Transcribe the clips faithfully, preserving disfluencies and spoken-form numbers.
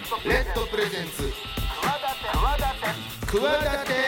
レッドプレゼンツくわだて。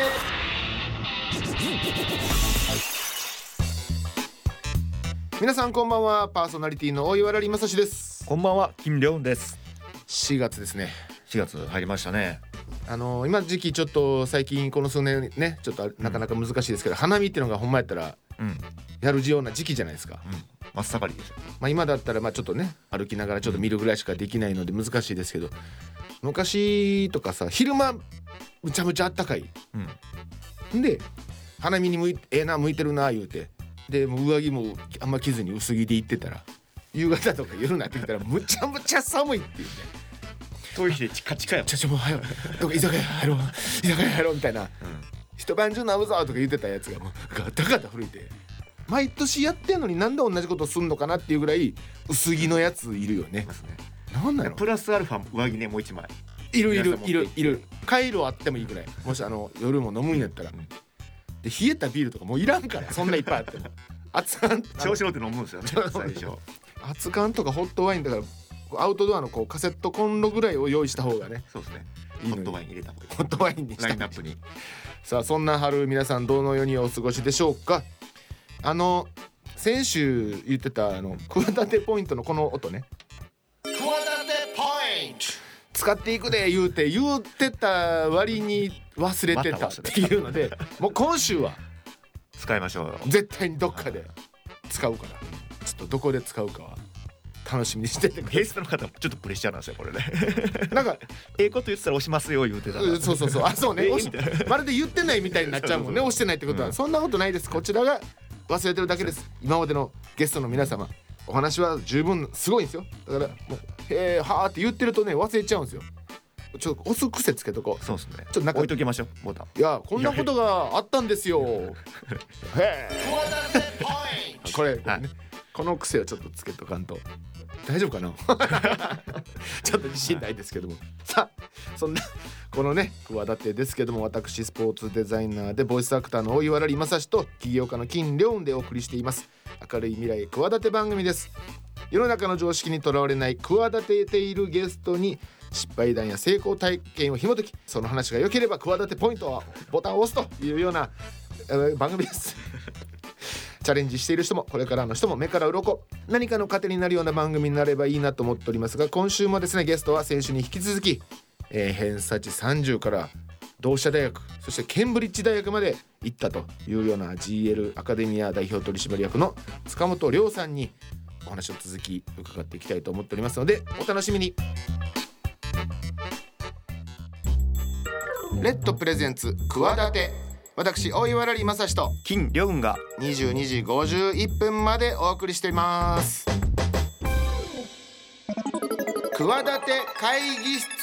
皆さんこんばんは。パーソナリティの大岩良正史です。 こんばんは、金良です。 しがつですね。 しがつ入りましたね。 あのー、今時期ちょっと最近この数年ねちょっとなかなか難しいですけど、うん、花見っていうのがほんまやったらやるような時期じゃないですか、うん、 真っ盛りです、 まあ、今だったらまあちょっとね歩きながらちょっと見るぐらいしかできないので難しいですけど、昔とかさ昼間むちゃむちゃあったかい、うん、で花見に向いええな向いてるな言うて、でもう上着もあんま着ずに薄着で行ってたら夕方とか夜になってきたらむちゃむちゃ寒いっていうね。 トイレチカチカやちょちょもう早どか居酒屋入ろう居酒屋入ろうみたいな、うん、一晩中飲むぞとか言ってたやつがもうガタガタ震えて、毎年やってんのになんで同じことすんのかなっていうぐらい薄着のやついるよね。なんなのプラスアルファ上着ねもう一枚いるいるいるいる。カイロあってもいいぐらい、もしあの夜も飲むんやったら、うん、で冷えたビールとかもういらんからそんないっぱいあっても熱燗調子乗って飲むんですよね最初。 熱燗とかホットワインだからアウトドアのこうカセットコンロぐらいを用意した方がね。 そうですね。いいホットワイン入れた方がいい。 ホットワインにしたラインナップに。 さあそんな春皆さんどのようにお過ごしでしょうか。あの先週言ってたあの企てポイントのこの音ね。企てポイント使っていくで言うて言うてた割に忘れてたっていうので、もう今週は使いましょうよ。 絶対にどっかで使うから、ちょっとどこで使うかは楽しみにしててください。 ゲストの方ちょっとプレッシャーなんですよこれねなんかええこと言ってたら押しますよ言うてたら、 うん、そうそうそうあそうねまるで言ってないみたいになっちゃうもんね。押してないってことは、うん、そんなことないです。こちらが忘れてるだけです。今までのゲストの皆様お話は十分すごいんですよ。だからもうへーはーって言ってるとね忘れちゃうんですよ。ちょっと押す癖つけとこう。 そうですね。 ちょっとなんか置いときましょうボタン。 いやこんなことがあったんですよへーこれ、ね、はい、この癖をちょっとつけとかんと大丈夫かなちょっと自信ないですけども、はい、さあそんなこのね企てですけども、私スポーツデザイナーでボイスアクターの大岩良正史と起業家の金良でお送りしています明るい未来企て番組です。世の中の常識にとらわれない企てているゲストに失敗談や成功体験を紐解き、その話が良ければ企てポイントはボタンを押すというような、えー、番組ですチャレンジしている人もこれからの人も目から鱗、何かの糧になるような番組になればいいなと思っておりますが、今週もですねゲストは先週に引き続き、えー、偏差値さんじゅうから同志社大学そしてケンブリッジ大学まで行ったというような ジーエル アカデミア代表取締役の塚本亮さんにお話を続き伺っていきたいと思っておりますのでお楽しみに。レッドプレゼンツ企て、私大岩良正史と金良がにじゅうにじごじゅういっぷんまでお送りしています。企て会議室。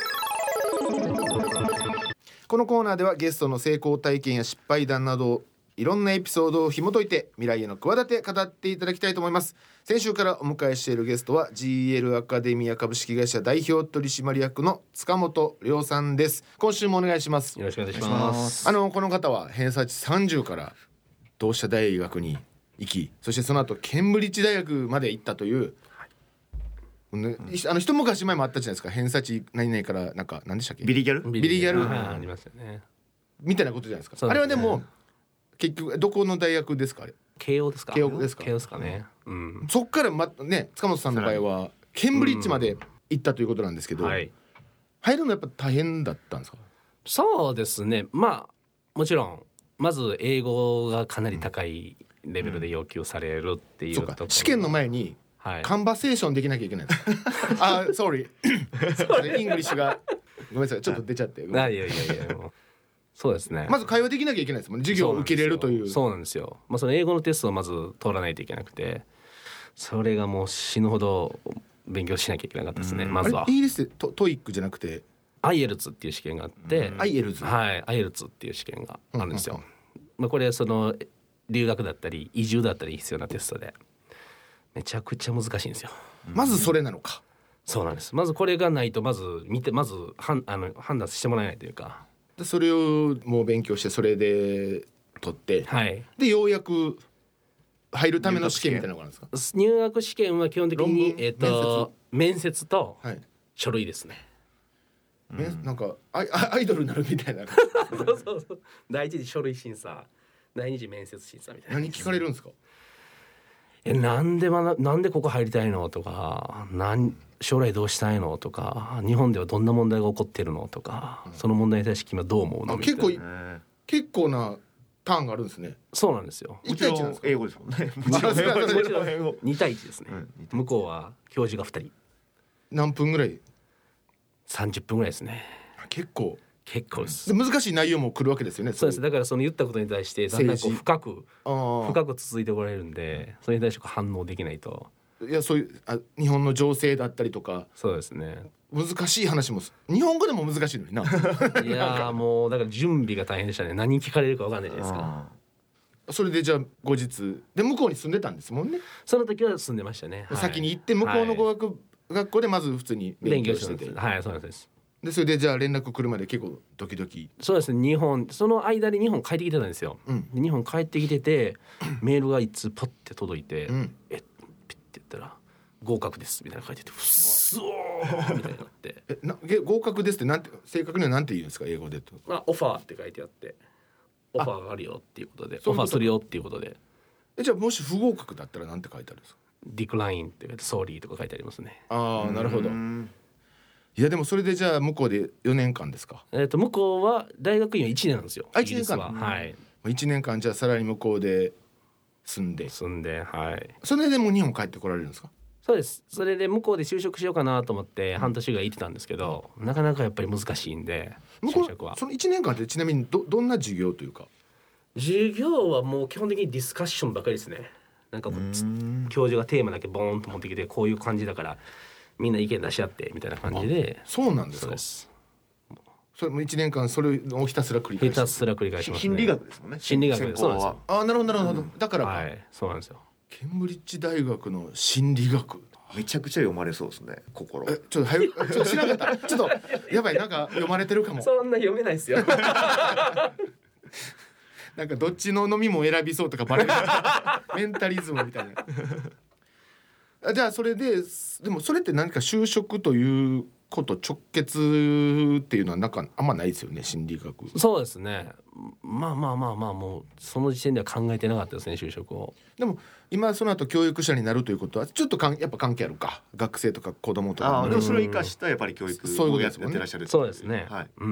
このコーナーではゲストの成功体験や失敗談などいろんなエピソードを紐解いて未来への企て語っていただきたいと思います。先週からお迎えしているゲストは ジーエル アカデミア株式会社代表取締役の塚本亮さんです。今週もお願いします。 よろしくお願いします。 あのこの方は偏差値さんじゅうから同志社大学に行き、そしてその後ケンブリッジ大学まで行ったという、はいね、うん、あの一昔前もあったじゃないですか。偏差値何々からなんか何でしたっけ、 ビリギャルビリギャルありますよねみたいなことじゃないですか。 そうですね。 あれはでも結局どこの大学ですか。あれ慶応ですか。 慶応ですか。 慶応ですかね、うん、 そっからまね塚本さんの場合はケンブリッジまで行ったということなんですけど、うん、はい、入るのやっぱ大変だったんですか。 そうですね。まあもちろんまず英語がかなり高いレベルで要求されるっていう、うん、そうか試験の前にカンバセーションできなきゃいけないんです、はい、あ、sorry イングリッシュがごめんなさいちょっと出ちゃって。 いやいやいやもうそうですね。 まず会話できなきゃいけないですもんね。授業を受けれるという。 そうなんですよ。まあ、その英語のテストをまず通らないといけなくて、それがもう死ぬほど勉強しなきゃいけなかったですね。まずは。 いいですね。ト、トイックじゃなくてアイエルツ っていう試験があって、 アイエルツ、 はい、アイエルツ っていう試験があるんですよ。まあ、これその留学だったり移住だったり必要なテストでめちゃくちゃ難しいんですよ。 まずそれなのか。 そうなんです。まずこれがないとまず見てまずはんあの判断してもらえないというか。 でそれをもう勉強してそれで取って、はい、でようやく入るための試験みたいなのがあるんですか。 入学試験は基本的に、えー、と面接と書類ですね。 えなんかアイアイドルになるみたいなそうそうそう第一次書類審査第二次面接審査みたいな。 何聞かれるんですか？ えなんでまななんでここ入りたいのとかなん将来どうしたいのとか日本ではどんな問題が起こってるのとか、うん、その問題に対して君はどう思うのみたいな。 結構結構なターンがあるんですね。 そうなんですよ。 いち対いちなんですか？英語ですもんね。 もちろん英語に対いちですね、うん、向こうは教授がふたり。 何分ぐらい？ さんじゅっぷんぐらいですね。 結構結構です。 で難しい内容も来るわけですよね。 そうです。だからその言ったことに対してだんだんこう深く深く続いてこられるんで、それに対して反応できないと。 いやそういうあ日本の情勢だったりとか。 そうですね。 難しい話も日本語でも難しいのにな。 いやもうだから準備が大変でしたね。何聞かれるか分かんないじゃないですか。 それでじゃあ後日で向こうに住んでたんですもんね。 その時は住んでましたね、はい、 先に行って向こうの語学、はい、学校でまず普通に勉強してて、 はいそうなんです。 でそれでじゃあ連絡来るまで結構ドキドキ。 そうですね。日本その間で日本帰ってきてたんですよ、うん、日本帰ってきててメールがいつパッて届いて、うん、えピッて言ったら合格ですみたいな書いててうっそーみたいになってえな合格ですってなんて正確にはなんて言うんですか英語でと。 あオファーって書いてあってオファーがあるよっていうことでオファーするよっていうことで。 えじゃあもし不合格だったらなんて書いてあるんですか？ ディクラインって書いてソーリーとか書いてありますね。 ああなるほど。いやでもそれでじゃあ向こうでよねんかんですか？ えっと向こうは大学院はいちねんなんですよ。 あいちねんかんは、はい、 いちねんかんじゃあさらに向こうで住んで住んではいそれでもう日本帰ってこられるんですか？ そうです。それで向こうで就職しようかなと思って半年ぐらい行ってたんですけど、うん、なかなかやっぱり難しいんで向こう就職は。そのいちねんかんってちなみに ど, どんな授業というか。 授業はもう基本的にディスカッションばかりですね。なんかこう教授がテーマだけボーンと持ってきてこういう感じだからみんな意見出し合ってみたいな感じで。 そうなんですか？ そうです。 それもいちねんかんそれをひたすら繰り返しひたすら繰り返しますね。 心理学ですもんね。 心理学です。そうなんですよ。 あなるほどなるほど、うん、だからか、 はい、そうなんですよ。 ケンブリッジ大学の心理学めちゃくちゃ読まれそうですね。心えちょっと早くちょっと知らなかったちょっとやばいなんか読まれてるかも。 そんな読めないですよなんかどっちの飲みも選びそうとかバレるメンタリズムみたいな。じゃあそれででもそれって何か就職ということ直結っていうのはなんかあんまないですよね心理学。 そうですね。まあまあまあまあもうその時点では考えてなかったですね就職を。 でも今その後教育者になるということはちょっとかんやっぱ関係あるか学生とか子供とか。 あでもそれを生かしたやっぱり教育をやってらっしゃる。 そうですね。 はい、 うん。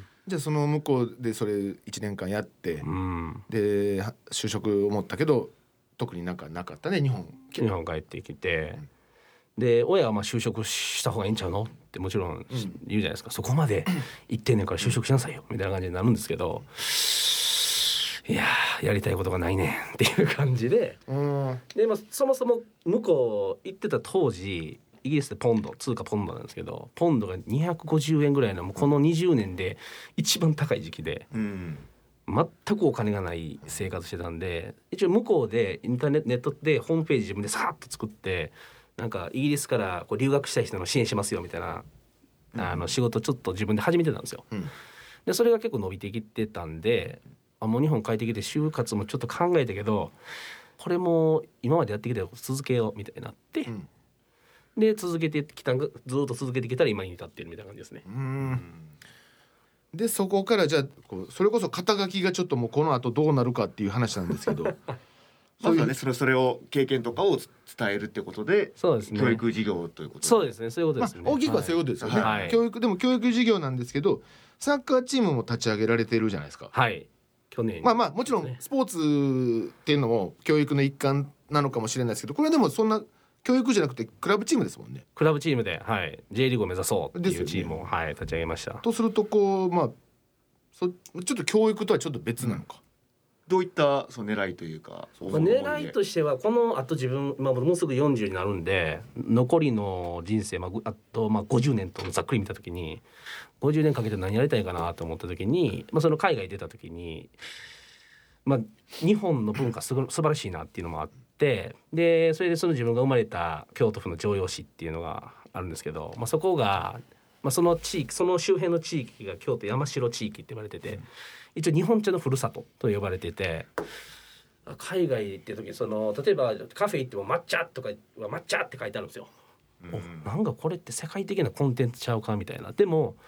じゃあその向こうでそれいちねんかんやって、 うん、 で就職思ったけど特になんかなかったね日本日本帰ってきて、うん、で親はまあ就職した方がいいんちゃうのってもちろん言うじゃないですか、うん、そこまで言ってんねんから就職しなさいよみたいな感じになるんですけど、いややりたいことがないねんっていう感じで、 うん、 で、まあ、そもそも向こう行ってた当時イギリスでポンド通貨ポンドなんですけどポンドがにひゃくごじゅうえんぐらいのもうこのにじゅうねんで一番高い時期で、うん、全くお金がない生活してたんで一応向こうでインターネットでホームページ自分でさーっと作ってなんかイギリスからこう留学したい人の支援しますよみたいな、うん、あの仕事ちょっと自分で始めてたんですよ、うん、でそれが結構伸びてきてたんであもう日本帰ってきて就活もちょっと考えたけどこれも今までやってきたこと続けようみたいになって、うんで続けてきたずっと続けてきたら今に至ってるみたいな感じですね。 うんでそこからじゃあこうそれこそ肩書きがちょっともうこの後どうなるかっていう話なんですけどまずはねそれそれを経験とかを伝えるってことで、 そうですね、 教育事業ということでそうですねそういうことですね、 まあ、大きくはそういうことですよね、 はい、 教育でも教育事業なんですけどサッカーチームも立ち上げられてるじゃないですか。 はい去年、ね、 まあまあもちろんスポーツっていうのも教育の一環なのかもしれないですけどこれでもそんな教育じゃなくてクラブチームですもんね。 クラブチームで、はい、J リーグを目指そうっていうチームを、ねはい、立ち上げました。 とするとこうまあそちょっと教育とはちょっと別なのか、 うん、どういったその狙いというか、 まあ、狙いとしてはこのあと自分、まあ、もうすぐよんじゅうになるんで残りの人生、まあ、あとまあごじゅうねんとざっくり見た時にごじゅうねんかけて何やりたいかなと思った時に、まあ、その海外出た時に、まあ、日本の文化すご素晴らしいなっていうのもあってでそれでその自分が生まれた京都府の城陽市っていうのがあるんですけど、まあ、そこが、まあ、その地域その周辺の地域が京都山城地域って言われてて一応日本茶のふるさとと呼ばれてて海外行ってる時にその例えばカフェ行っても抹茶とかは抹茶って書いてあるんですよ、うん、おなんかこれって世界的なコンテンツちゃうかみたいな。でも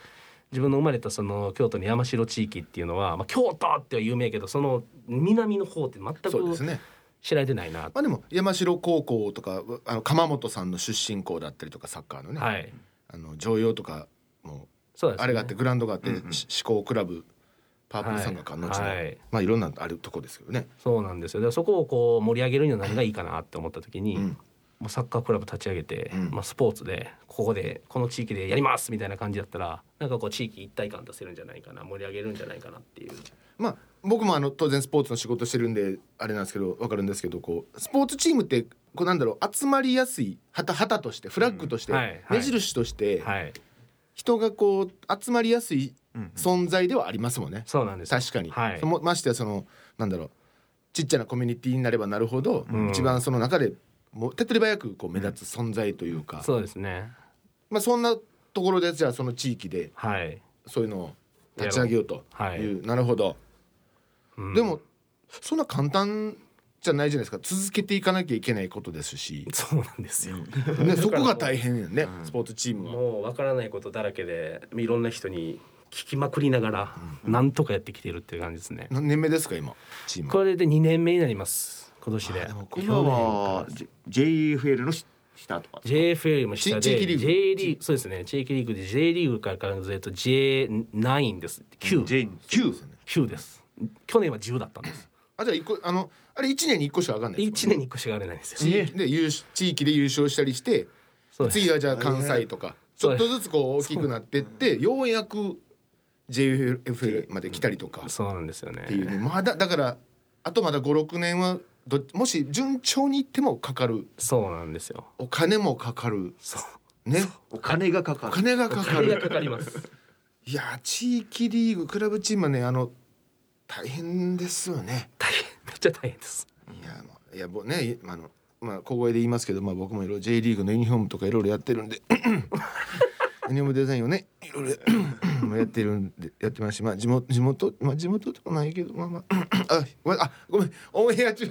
自分の生まれたその京都の山城地域っていうのは、まあ、京都っては有名やけどその南の方って全くそうですね。 知られてないな。 まあでも山城高校とかあの鎌本さんの出身校だったりとかサッカーのね、 はい、 あの常陽とかもそうですね、 あれがあってグラウンドがあって、 うんうん、 志向クラブパープルサンガか後の、 はい、 まあいろんなあるとこですけどね。 そうなんですよ。でそこをこう盛り上げるには何がいいかなって思った時に、うん、もうサッカークラブ立ち上げて、うん、まあ、スポーツでここでこの地域でやりますみたいな感じだったらなんかこう地域一体感出せるんじゃないかな、盛り上げるんじゃないかなっていう。 まあ僕もあの当然スポーツの仕事してるんであれなんですけど分かるんですけど、こうスポーツチームってこうなんだろう、集まりやすい旗旗としてフラッグとして、 うん、はいはい、 目印として、 はい、 人がこう集まりやすい存在ではありますもんね、うん、 そうなんです。 確かに、 はい、 そのましてやそのなんだろう、ちっちゃなコミュニティになればなるほど、 うん、 一番その中でもう手っ取り早くこう目立つ存在というか、 うん、そうですね。 まあそんなところでじゃあその地域でそういうのを立ち上げようという、はい、なるほど、うん、でもそんな簡単じゃないじゃないですか。続けていかなきゃいけないことですし。 そうなんですよ、 ね、そこが大変やね、うん、スポーツチームはもう分からないことだらけでいろんな人に聞きまくりながらなんとかやってきてるっていう感じですね。 何年目ですか今チーム？ これでにねんめになります今年で。 で今は ジェイエフエル の下とかジェイエフエル も下で地域リーグ J リーグ、そうですね、地域リーグで J リーグからからずっと ジェイナイン です。きゅう、 うん、きゅうきゅうです。去年はじゅうだったんです。 あ、じゃあいっこあのあれいちねんにいっこしか上がんないですか？ いちねんにいっこしか上がれないんですよ。 地域で優地域で優勝したりして次はじゃあ関西とかちょっとずつこう大きくなってってようやく ジェイエフエル まで来たりとかそうなんですよね。 っていうね、まだだからあとまだごろくねんはどもし順調にいってもかかる。 そうなんですよ。 お金もかかる。 そうね、 お金がかかる。 お金がかかる。 お金がかかります。 いや地域リーグクラブチームはねあの大変ですよね。 大変、めっちゃ大変です。 いやもういやもうねあのまあ小声で言いますけど、まあ僕もいろいろ J リーグのユニフォームとかいろいろやってるんでユニフォームデザインをねいろいろやってるんでやってますし、まあ地元地元まあ地元でもないけどまあまああごめんあごめんオンエア中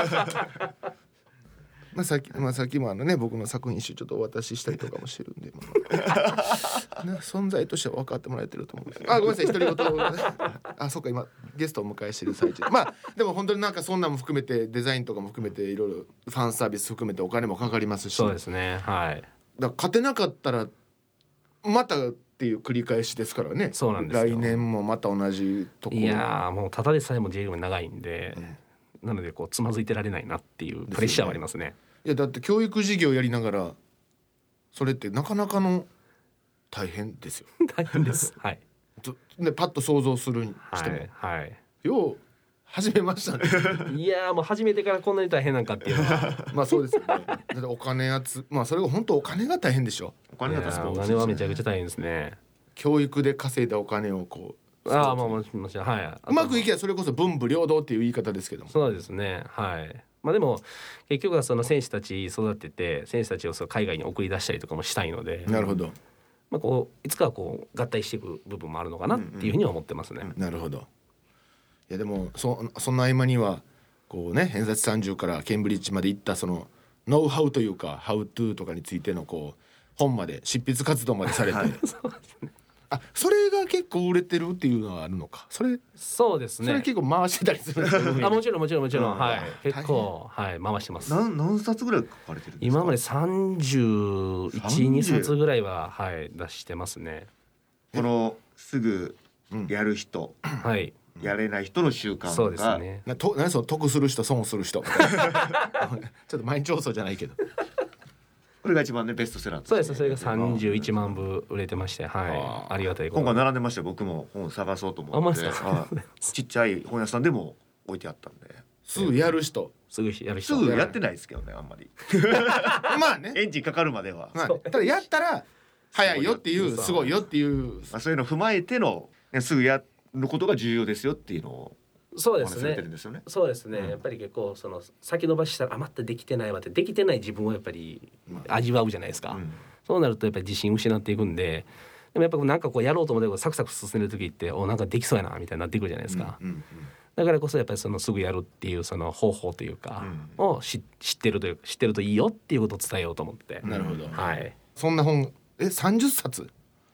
まあさっきまあさっきもあのね僕の作品集ちょっとお渡ししたりとかもしてるんで、まあ、ね、存在としては分かってもらえてると思うんです。あごめんなさい独り言あそっか今ゲストをお迎えしてる最中まあでも本当になんかそんなも含めてデザインとかも含めていろいろファンサービス含めてお金もかかりますし、 そうですね、はい、 だから勝てなかったらまたっていう繰り返しですからね。 そうなんですよ。 来年もまた同じところ。 いやもうただでさえも J リーグ長いんで、うん、なのでこうつまずいてられないなっていうプレッシャーはありますね。 いやだって教育事業やりながらそれってなかなかの大変ですよ。 大変ですはいでパッと想像するにしても、 はい、はい、 よう始めましたねいやもう始めてからこんなに大変なんかっていうのはまあそうですよね。だってお金やつまあそれが本当お金が大変でしょ。 お金がお金はめちゃくちゃ大変ですね。 教育で稼いだお金をこうああまあもちろんはい、 うまくいけばそれこそ文武両道っていう言い方ですけども。 そうですねはい。まあでも結局はその選手たち育てて選手たちをその海外に送り出したりとかもしたいので、 なるほど、 まあ、こういつかはこう合体していく部分もあるのかなっていうふうには思ってますね、うんうん、 なるほど。いやでも そ, そんな合間にはこうね偏差値さんじゅうからケンブリッジまで行ったそのノウハウというかハウトゥーとかについてのこう本まで執筆活動までされて、はい、そうですね。あそれが結構売れてるっていうのはあるのか。それそうですね。 それ結構回してたりするんですか？ あもちろんもちろんもちろん、うん、はい結構はい回してます。 何, 何冊ぐらい書かれてるんですか？ 今までさんじゅういち、にさつぐらいははい出してますね。 このすぐやる人、 うん、はいやれない人の習慣とか。 そうですね。 なと何その得する人損する人ちょっと毎日放送じゃないけどこれが一番ねベストセラー、ね、 そうです。それがさんじゅういちまんぶ売れてまして、はい、ありがたいこと。 今回並んでましたよ。僕も本探そうと思ってちっちゃい本屋さんでも置いてあったんで。 すぐやる人すぐやる人すぐやってないですけどねあんまりまあねエンジンかかるまでは、 まあね、ただやったら早いよっていうすごいよっていう、 まあ、そういうのを踏まえての、ね、すぐやることが重要ですよっていうのをそうですね。 ですよね。そうですね、 うん、やっぱり結構その先延ばししたらあまたできてないわってできてない自分をやっぱり味わうじゃないですか、うん、そうなるとやっぱり自信失っていくんで、でもやっぱなんかこうやろうと思ってサクサク進める時っておなんかできそうやなみたいになってくるじゃないですか、うんうんうん、だからこそやっぱりそのすぐやるっていうその方法というかを知ってるというか知ってるといいよっていうことを伝えようと思って。 なるほど、 はい、 そんな本えさんじゅっさつ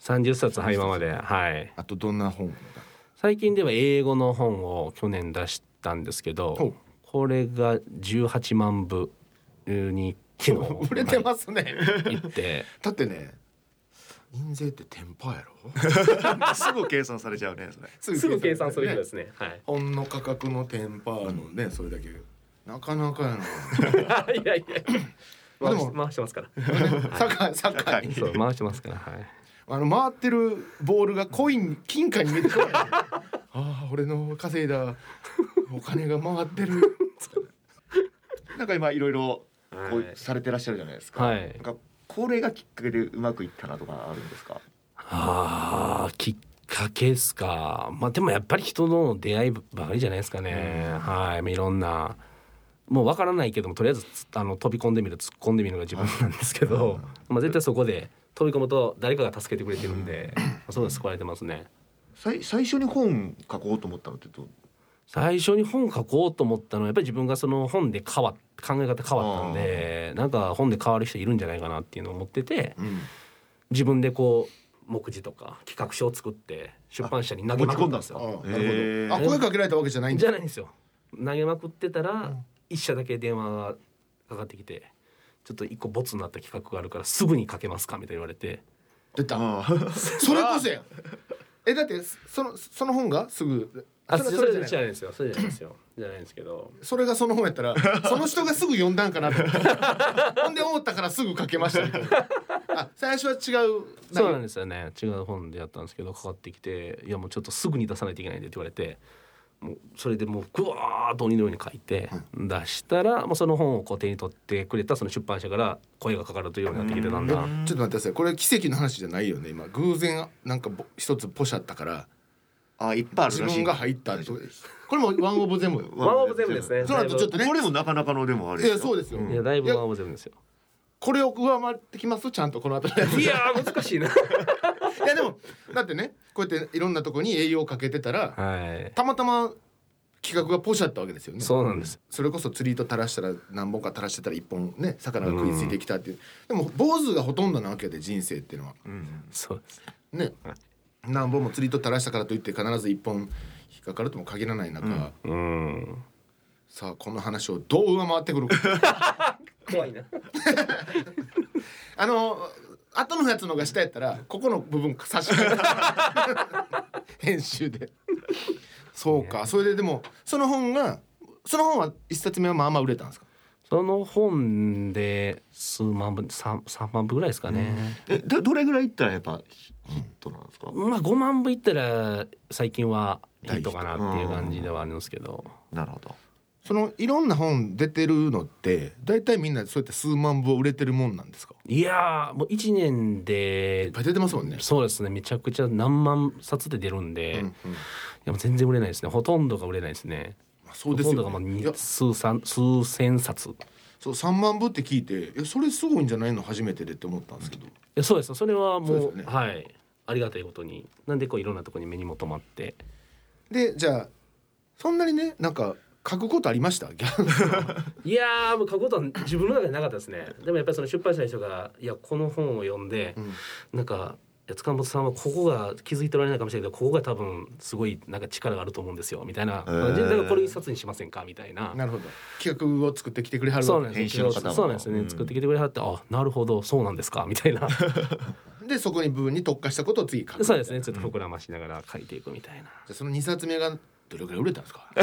さんじゅっさつはい今まで。はい。 あとどんな本？ 最近では英語の本を去年出したんですけど、これがじゅうはちまんぶに昨日売れてますね。 行ってだってね、印税ってテンパーやろすぐ計算されちゃうねそれすぐ計算する人ですね、はい、 本の価格のテンパーのね、うん、それだけなかなかやな。いやいや回し、回してますからサッカーサッカーにそう回してますから、はい、 あの回ってるボールがコイン金貨に見えてくるああ俺の稼いだお金が回ってるなんか今いろいろこうされてらっしゃるじゃないですか、はい、なんかこれがきっかけでうまくいったなとかあるんですか？ あーきっかけですか。まあでもやっぱり人の出会いばかりじゃないですかね、うん、はい、いろんなもう分からないけどもとりあえずあの飛び込んでみる突っ込んでみるのが自分なんですけど、まあ絶対そこで飛び込むと誰かが助けてくれてるんで、うん、そうです救われてますね。 最最初に本書こうと思ったのってどう？ 最初に本書こうと思ったのはやっぱり自分がその本で変わ考え方変わったんで、なんか本で変わる人いるんじゃないかなっていうのを思ってて、うん、自分でこう目次とか企画書を作って出版社に投げまくったんですよ。 あ、なるほど。あ、声かけられたわけじゃないんじゃないんですよ。投げまくってたら、うん、一社だけ電話がかかってきて、ちょっと一個ボツになった企画があるからすぐに書けますかみたいに言われて、 出たそれこそやえだってそのその本がすぐあそれそれじゃないですよそれじゃないですよじゃないんですけど、 それがその本やったらその人がすぐ読んだんかなと思ってほんで思ったからすぐ書けましたみたいなあ最初は違うそうなんですよね、違う本でやったんですけどかかってきて、いやもうちょっとすぐに出さないといけないんでって言われて、もうそれでもうグワーッと鬼のように書いて出したら、もうその本をこう手に取ってくれたその出版社から声がかかるというようになってきて、だんだんちょっと待ってください、これ奇跡の話じゃないよね。今偶然なんか一つポシャったからあいっぱいあるらしい、 自分が入ったとこれもワンオブゼムワンオブゼムですね。 その後ちょっとねこれもなかなかのでもあるよ。いやそうですよ、 いやだいぶワンオブゼムですよ。 これを上回ってきますちゃんとこの後いや難しいないやでもだってねこうやっていろんなとこに栄養をかけてたら、はい、たまたま企画がポシャったわけですよね。 そうなんです。 それこそ釣り糸垂らしたら何本か垂らしてたら一本ね魚が食いついてきたっていう、うん、でも坊主がほとんどなわけで人生っていうのは、うん、 そうですね、何本も釣り糸垂らしたからといって必ず一本引っかかるとも限らない中、うんうん、さあこの話をどう上回ってくるか怖いなあの後のやつのが下やったらここの部分差し替え編集でそうか、それででもその本がその本は一冊目はまあまあ売れたんですか？ その本で数万部 3, 3万部ぐらいですかね、 うん、え ど, どれぐらいいったらやっぱヒットなんですか？ まあごまんぶいったら最近はヒットかなっていう感じではあるんですけど、 なるほど。 そのいろんな本出てるのってだいたいみんなそうやって数万部売れてるもんなんですか？ いやもういちねんでいっぱい出てますもんね。 そうですね、めちゃくちゃ何万冊で出るんで、うんうん、いやもう全然売れないですね。ほとんどが売れないですね。 まあ、そうですよね。 ほとんどがまあ数三数千冊。 そうさんまんぶって聞いてえそれすごいんじゃないの初めてでって思ったんですけど、いやそうですそれはもう、ね、はいありがたいことになんでこういろんなところに目にも留まって、 でじゃあそんなにねなんか書くことありましたいやもう書くことは自分の中でなかったですね。でもやっぱりその出版社の人がいやこの本を読んで、うん、なんか塚本さんはここが気づいておられないかもしれないけどここが多分すごいなんか力があると思うんですよみたいな、えー、だからこれ一冊にしませんかみたいな。 なるほど、企画を作ってきてくれはるそうなんですよ。そうなんですね、うん、作ってきてくれはってあなるほどそうなんですかみたいなでそこに部分に特化したことを次書く。 そうですね、ちょっと膨らましながら書いていくみたいな、うん、じゃあそのにさつめがどれくらい売れたんですか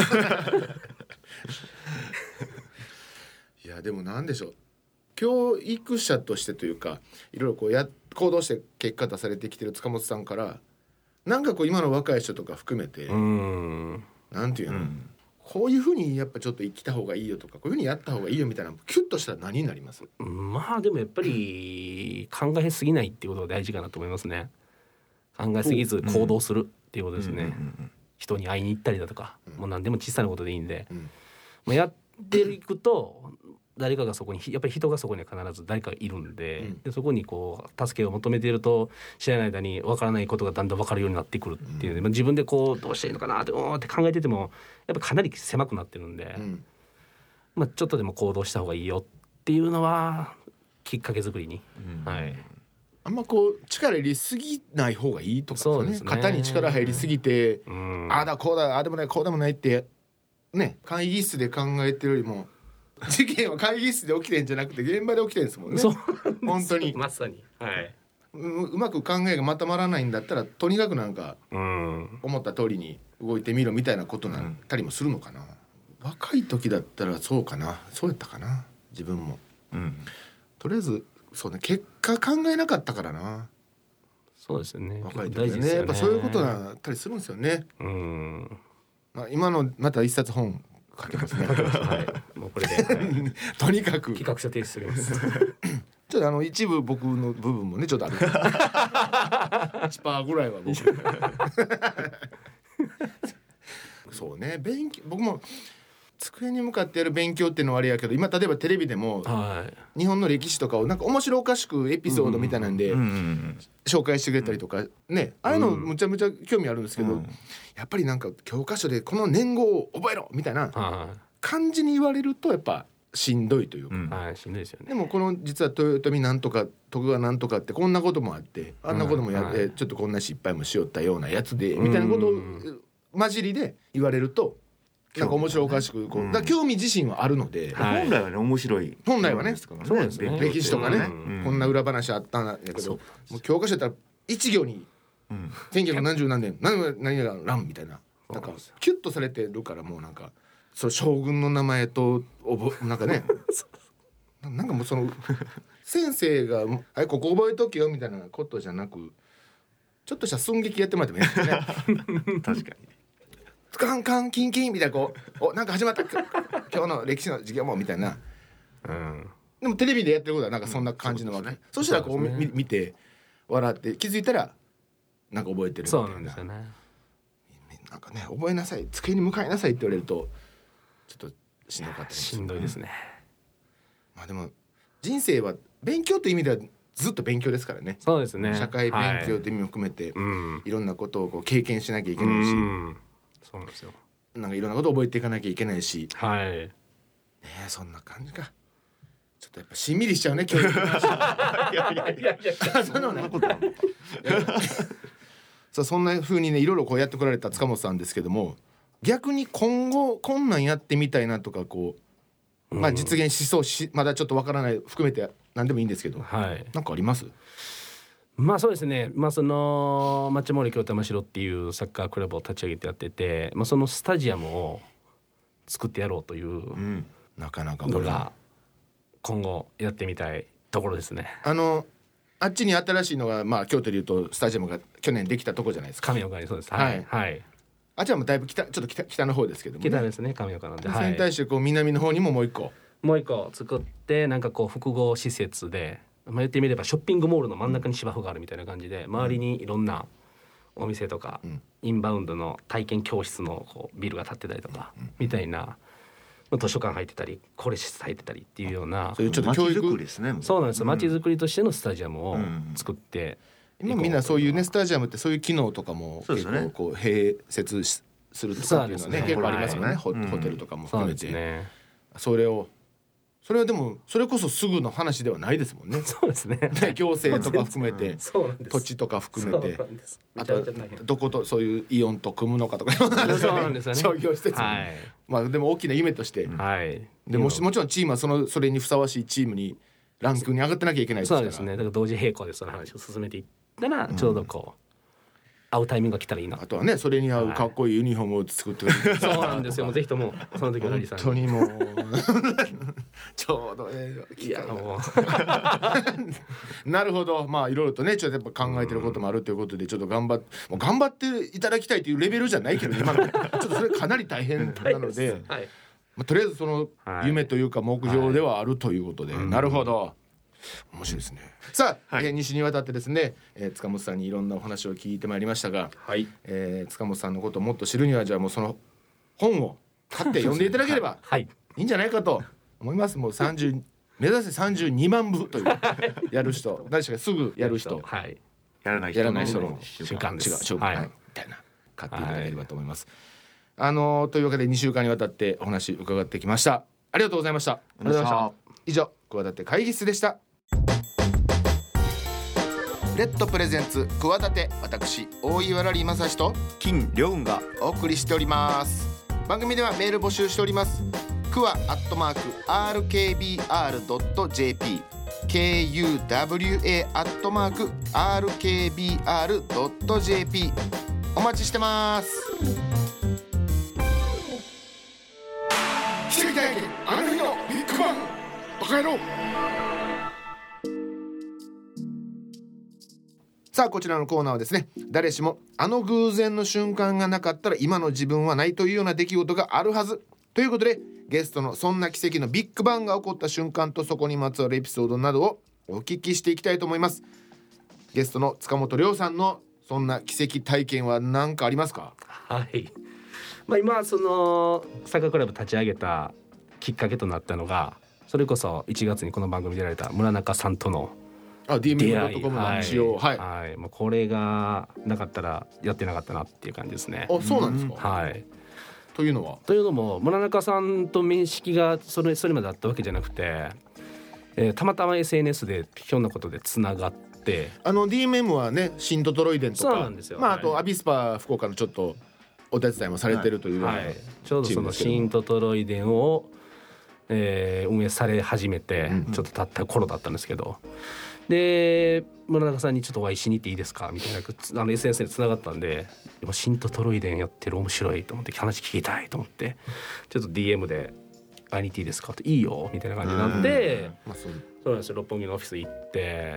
いやでもなんでしょう、教育者としてというかいろいろこうや行動して結果出されてきてる塚本さんからなんかこう今の若い人とか含めてうーんなんていうの、うん、こういうふうにやっぱちょっと生きた方がいいよとかこういうふうにやった方がいいよみたいなキュッとしたら何になります？ まあでもやっぱり考えすぎないっていうことが大事かなと思いますね。考えすぎず行動するっていうことですね、うんうんうんうん、人に会いに行ったりだとか、うん、もう何でも小さなことでいいんで、うん、まあ、やっていくと誰かがそこにやっぱり人がそこには必ず誰かがいるんで、うん、でそこにこう助けを求めていると知らない間に分からないことがだんだん分かるようになってくるっていう、うん、まあ、自分でこうどうしたらいいのかなっておーって考えててもやっぱかなり狭くなってるんで、うん、まあ、ちょっとでも行動した方がいいよっていうのはきっかけ作りに、うん、はい、 あんまこう力入れすぎない方がいいとかですね。ですね、肩に力入りすぎて、うん、ああだこうだああでもないこうでもないってね会議室で考えてるよりも事件は会議室で起きてんじゃなくて現場で起きてるんですもんね。 そう本当にまさに、はい、 う, うまく考えがまとまらないんだったらとにかくなんか、うん、思った通りに動いてみろみたいなことなったりもするのかな、うん、若い時だったらそうかなそうやったかな自分も、うん、とりあえずそうね結果考えなかったからな。 そうですよね若い時はねやっぱそういうことだったりするんですよね。うん、まあ、今のまた一冊本書けますねはい、もうこれで、はい、とにかく企画書提出するますちょっとあの一部僕の部分もねちょっとあるいちパーセント ぐらいは僕そうね勉強僕も机に向かってやる勉強っていうのはあれやけど今例えばテレビでも、はい、日本の歴史とかをなんか面白おかしくエピソードみたいなんで紹介してくれたりとかねああいうのむちゃむちゃ興味あるんですけど、うん、やっぱりなんか教科書でこの年号を覚えろみたいな感じに言われるとやっぱしんどいというか、うんはい、しんどいですよね。でもこの実は豊臣なんとか徳川なんとかってこんなこともあってあんなこともやって、はい、ちょっとこんな失敗もしよったようなやつでみたいなことを混じりで言われるとなんか面白おかしくこう、うん、だ興味自身はあるので、 はい、本来はね面白い本来はねそうですね歴史とかね、うん、こんな裏話あったんだけどもう教科書だったら一行に、うん、せんきゅうひゃくなんじゅう何年何々何々乱みたいななんかキュッとされてるからもうなんかそう将軍の名前とおぼなんかねなんかもうその先生が「はいここ覚えとけよ」みたいなことじゃなくちょっとした寸劇やってもらってもいいですね確かにカンカンキンキンみたいなこうおなんか始まった今日の歴史の授業もみたいな、うん、でもテレビでやってることはなんかそんな感じのわけ、うん、そしたらこう、ね、見て笑って気づいたらなんか覚えてるみたいな。 そうなんですよね。 なんかね覚えなさい机に向かいなさいって言われるとちょっとしんどかったりしんどいですね。 まあでも人生は勉強って意味ではずっと勉強ですからね。 そうですね。 社会勉強って意味も含めて、はい、いろんなことをこう経験しなきゃいけないし、うん、 そうなんですよ。 なんかいろんなことを覚えていかなきゃいけないし、 はい。 ねえそんな感じか。ちょっとやっぱしんみりしちゃうね教育の話。いやいやいやいやそんなことなの。さあそんな風にねいろいろこうやってこられた塚本さんですけども、逆に今後こんなんやってみたいなとかこう、まあ実現しそうしまだちょっとわからない含めて何でもいいんですけど、はい、なんかあります？ まあそうですね、まあ、その町森京玉城っていうサッカークラブを立ち上げてやってて、まあ、そのスタジアムを作ってやろうという、うん、 なかなかのが今後やってみたいところですね。 あのあっちに新しいのが、まあ、京都でいうとスタジアムが去年できたとこじゃないですか。 神岡にそうです、はい、はい、 あっちはもうだいぶ北ちょっと 北, 北の方ですけども、ね、 北ですね神岡なんで、 それに対してこう南の方にももう一個もう一個作ってなんかこう複合施設で、まあ、言ってみればショッピングモールの真ん中に芝生があるみたいな感じで、周りにいろんなお店とか、うん、インバウンドの体験教室のこうビルが建ってたりとか、うん、みたいな図書館入ってたりコレ施設入ってたりっていうような、 そういうちょっと教育ですね。 そうなんですよ、街づくりとしてのスタジアムを作って、 うん、今みんなそういうねスタジアムってそういう機能とかも結構こう併設するとかっていうのはね結構ありますよね、はい、ホ, ホテルとかも含めて、うん そ, ね、それをそれはでもそれこそすぐの話ではないですもんね。 そうですね。 行政とか含めて土地とか含めてあとどことそういうイオンと組むのかとかそうなんですよね。商業施設、はい、まあでも大きな夢として、はい、で も, もちろんチームはそのそれにふさわしいチームにランクに上がってなきゃいけないですから。 そうですね。だから同時並行でその話を進めていったらちょうどこう、うん会うタイミングが来たらいいな。 あとはねそれに合うかっこいいユニフォームを作ってくれる、 はい、そうなんですよ。もうぜひともその時はラリーさん本当にもうちょうどええいやもうなるほど。まあいろいろとねちょっとやっぱ考えてることもあるということでちょっと頑張ってもう頑張っていただきたいというレベルじゃないけど、ね、今のちょっとそれかなり大変なので、はいまあ、とりあえずその夢というか目標ではあるということで、はい、なるほど面白いですね。さあ、はい、えー、西にわたってですね、えー、塚本さんにいろんなお話を聞いてまいりましたが、はいえー、塚本さんのことをもっと知るにはじゃあもうその本を買って読んでいただければいいんじゃないかと思います。もうさんじゅう目指せさんじゅうにまんぶというやる人何しかすぐやる人、はい、 やらない人 の, ない人の習慣です、はいはい、みたいな買っていただければと思います、はい、あのー、というわけでにしゅうかんにわたってお話伺ってきました。ありがとうございました。ありがとうございました。以上桑舘会議室でした。 レッドプレゼンツ企て、私大岩良理正史と金良雲がお送りしております。番組ではメール募集しております。クワアットマーク アールケービーアールドットジェーピー ケーユーダブリューエー アットマーク アールケービーアールドットジェーピー お待ちしてます。奇跡体験あの日のビッグバンバカ野郎。さあこちらのコーナーはですね、誰しもあの偶然の瞬間がなかったら今の自分はないというような出来事があるはずということで、ゲストのそんな奇跡のビッグバンが起こった瞬間とそこにまつわるエピソードなどをお聞きしていきたいと思います。ゲストの塚本亮さんのそんな奇跡体験は何かありますか？ はい、まあ、今そのサッカークラブ立ち上げたきっかけとなったのが、それこそいちがつにこの番組で出られた村中さんとのあ ディーエムエムドットコム の使用、 はい、はいはい、もうこれがなかったらやってなかったなっていう感じですね。 あ、そうなんですか。 はい。 というのはというのも村中さんと面識がそれそれまであったわけじゃなくて、えー、たまたま エスエヌエス でひょんなことでつながって、 あの ディーエムエム はね、シントトロイデンとか、 そうなんですよ、 まあ、あと、 はい、 アビスパ福岡のちょっとお手伝いもされてるという、 はいはい、ちょうどそのシントトロイデンを、えー、運営され始めてちょっと経った頃だったんですけど、うんうん、で村中さんにちょっとお会いしに行っていいですかみたいな、あの エスエヌエス でつながったんで、今シントトロイデンやってる面白いと思って話聞きたいと思ってちょっと ディーエム で会いに行っていいですかって、いいよみたいな感じになって、まあ、そうそうなんですよ。六本木のオフィス行って、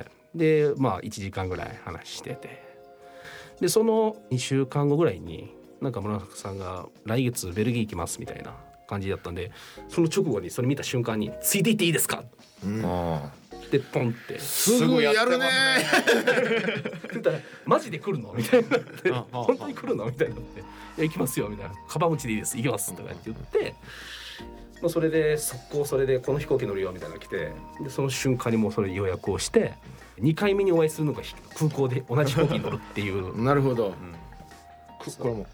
でまあいちじかんぐらい話してて、でそのにしゅうかんごぐらいになんか村中さんが来月ベルギー行きますみたいな感じだったんで、その直後にそれ見た瞬間についていっていいですか、うん、でポンってすぐやるね言ったらマジで来るのみたいになって本当に来るのみたいになって、いや行きますよみたいな、カバン持ちでいいです行きますとかって言って、もうそれで速攻それでこの飛行機乗るよみたいなの来て、でその瞬間にもうそれ予約をしてにかいめにお会いするのが空港で同じ飛行機に乗るっていうなるほど、うん、これも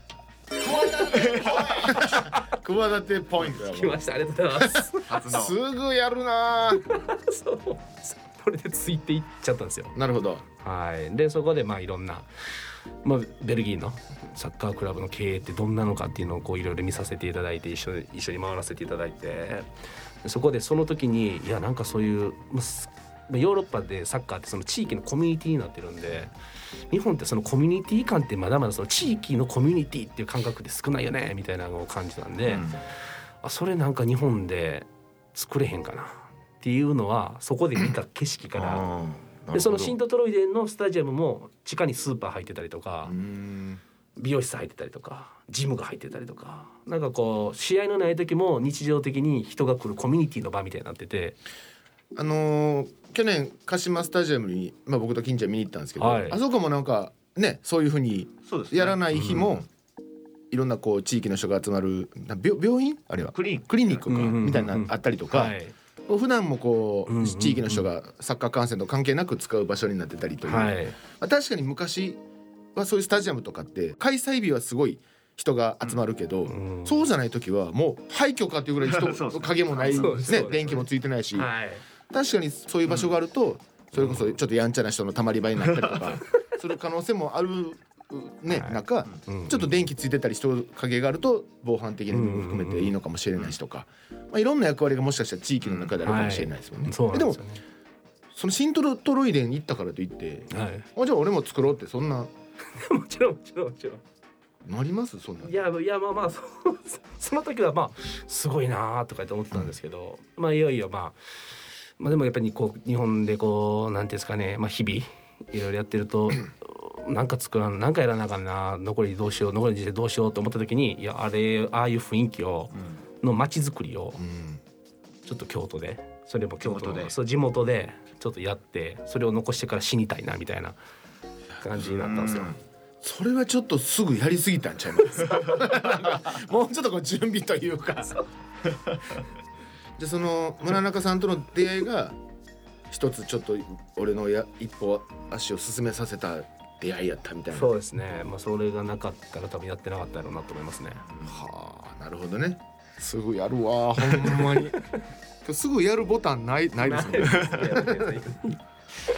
企てポイントやもん。 来ました、ありがとうございますすぐやるなそうそれでついていっちゃったんですよ。 なるほど。 はい。でそこでまあいろんな、まあ、ベルギーのサッカークラブの経営ってどんなのかっていうのをこういろいろ見させていただいて、一緒に一緒に回らせていただいて、そこでその時にいやなんかそういうヨーロッパでサッカーってその地域のコミュニティになってるんで、日本ってそのコミュニティ感ってまだまだその地域のコミュニティっていう感覚って少ないよねみたいなのを感じたんで、うん、あそれなんか日本で作れへんかなっていうのはそこで見た景色からで、そのシントトロイデンのスタジアムも地下にスーパー入ってたりとか、美容室入ってたりとか、ジムが入ってたりとか、なんかこう試合のない時も日常的に人が来るコミュニティの場みたいになってて、 あのー、去年鹿島スタジアムに、まあ、僕と金ちゃん見に行ったんですけど、はい、あそこもなんかねそういう風にやらない日も、ね、うん、いろんなこう地域の人が集まる病, 病院あれはクリニック、クリニックか、うんうんうん、みたいなあったりとか、はい、普段もこう、うんうんうん、地域の人がサッカー観戦と関係なく使う場所になってたりという、はい、まあ、確かに昔はそういうスタジアムとかって開催日はすごい人が集まるけど、うん、そうじゃない時はもう廃墟かっていうぐらい人の影もないね、電気もついてないし、はい、確かにそういう場所があると、それこそちょっとやんちゃな人のたまり場になったりとかする可能性もあるね、はい、中、うん、ちょっと電気ついてたり人影があると防犯的な部分も含めていいのかもしれないしとか、まあ、いろんな役割がもしかしたら地域の中であるかもしれないですもんね、はい、でもそのシントトロイデンに行ったからといって、はい、じゃあ俺も作ろうってそんなもちろんもちろんもちろんなりますそんな。 いやいやまあまあ そ, その時はまあすごいなとかって思ってたんですけど、うん、まあいよいよまあまあでもやっぱりこう日本でこうなんていうんですかね、まあ日々いろいろやってるとなんか作らんなんかやらなあかんな、残りどうしよう残り人生どうしようと思った時に、いやあれああいう雰囲気を、うん、の街づくりを、うん、ちょっと京都でそれも京都でそう地元でちょっとやってそれを残してから死にたいなみたいな感じになったんですよ。 それはちょっとすぐやりすぎたんちゃいますもうちょっとこう準備というかでその村中さんとの出会いが一つちょっと俺のや一歩足を進めさせた出会いやったみたいな。 そうですね、まあ、それがなかったら多分やってなかったやろうなと思いますね。 はあ、なるほどね。すぐやるわほんまにすぐやるボタンないないですね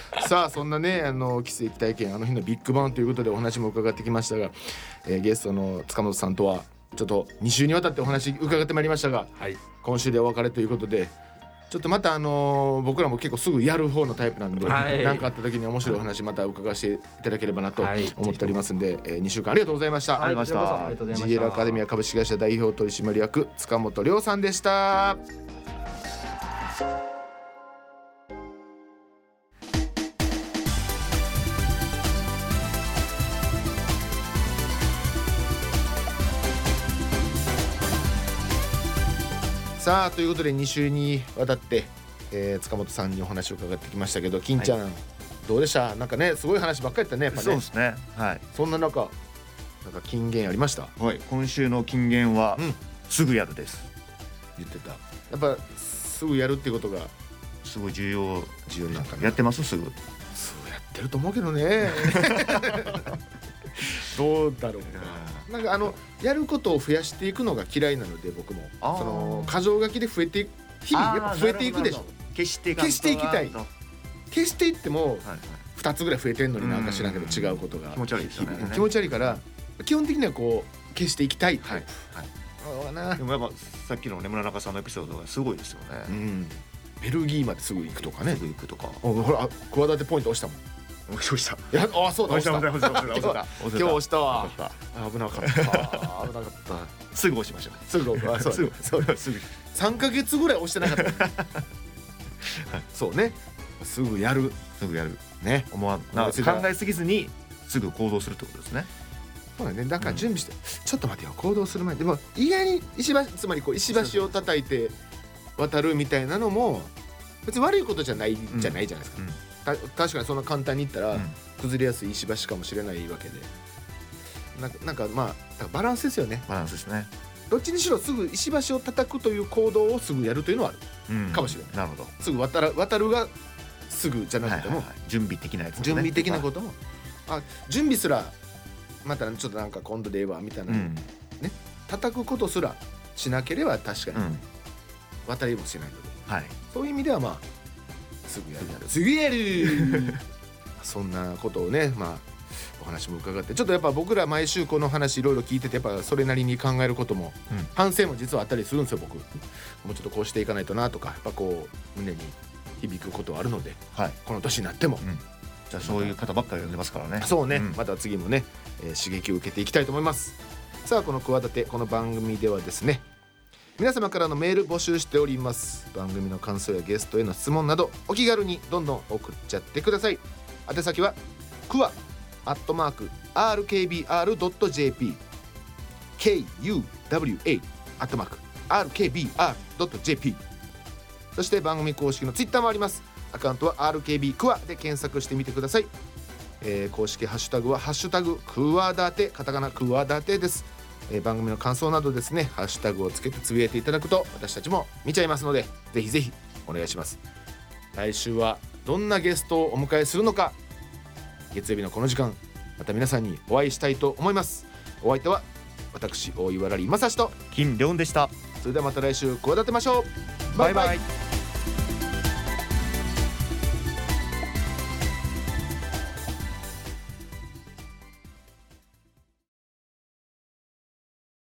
さあそんなねあの奇跡体験あの日のビッグバンということでお話も伺ってきましたが、えー、ゲストの塚本さんとはちょっとに週にわたってお話伺ってまいりましたが、はい、今週でお別れということでちょっとまたあのー、僕らも結構すぐやる方のタイプなんで何、はい、かあった時に面白いお話また伺わせていただければなと思っておりますんで、はい、えー、にしゅうかんありがとうございました。 ありがとうございました。 ジーエル アカデミア株式会社代表取締役塚本亮さんでした。さあということでに週にわたって、えー、塚本さんにお話を伺ってきましたけど、金ちゃん、はい、どうでした？なんかねすごい話ばっかりやったねやっぱね。 そうですね、はい、 そんな中なんか金言ありました？ はい、今週の金言は、うん、すぐやるです。 言ってた。やっぱすぐやるってことがすごい重要重要なんかな。 やってます？すぐすぐやってると思うけどねどうだろうな。なんかあのやることを増やしていくのが嫌いなので僕もその箇条書きで増えていく日々やっぱ増えていくでしょ。 消してい消していきたい。消していってもふたつぐらい増えてんのになんか知らんけど違うことが気持ち悪いですよね。 気持ち悪いから基本的にはこう消していきたい。はいはい。でもやっぱさっきのね村中さんのエピソードがすごいですよね。 うん。ベルギーまですぐ行くとかね。 すぐ行くとか。 ほら企てポイント押したもん。 押しました。 いやあそうだ押した。 押した押した。 今日押したわ。危なかった。危なかった。 すぐ押しましょう。 すぐあそうすぐそうすぐ。さんかげつぐらい押してなかった。そうね。すぐやる。 すぐやる。 ね。 思わ考えすぎずにすぐ行動するってことですね。 そうだね。だから準備してちょっと待てよ行動する前にでも意外に石橋つまりこう石橋を叩いて渡るみたいなのも別に悪いことじゃないじゃないじゃないですか。た確かにそんな簡単に言ったら、うん、崩れやすい石橋かもしれないわけで な, なんかまあバランスですよね。 バランスですね。 どっちにしろすぐ石橋を叩くという行動をすぐやるというのはある、うん、かもしれない。 なるほど。 すぐ渡る渡るがすぐじゃなくても、はいはいはい、 準備的なやつ、ね、 準備的なこともあ準備すらまたちょっとなんか今度でええわみたいな、うん、ね叩くことすらしなければ確かに、うん、渡りもしないので、はい、そういう意味ではまあすぐやるすぐやるそんなことをねまあお話も伺ってちょっとやっぱ僕ら毎週この話いろいろ聞いててやっぱそれなりに考えることも、うん、反省も実はあったりするんですよ僕。もうちょっとこうしていかないとなとかやっぱこう胸に響くことはあるので、はい、この年になっても、うん、 じゃあそういう方ばっかり呼んでますからね。 そうね、うん、また次もね、えー、刺激を受けていきたいと思います。さあこの企てこの番組ではですね皆様からのメール募集しております。番組の感想やゲストへの質問などお気軽にどんどん送っちゃってください。宛先はクワアットマーク アールケービーアールドットジェーピー ケーユーダブリューエー アットマーク アールケービーアールドットジェーピー そして番組公式のツイッターもあります。アカウントは アールケービー クワで検索してみてください。えー、公式ハッシュタグはハッシュタグクワダテカタカナクワダテです。えー、番組の感想などですねハッシュタグをつけてつぶやいていただくと私たちも見ちゃいますのでぜひぜひお願いします。来週はどんなゲストをお迎えするのか月曜日のこの時間また皆さんにお会いしたいと思います。お相手は私大岩良理正史と金良でした。 それではまた来週声立てましょう。バイバイ。バイバイ。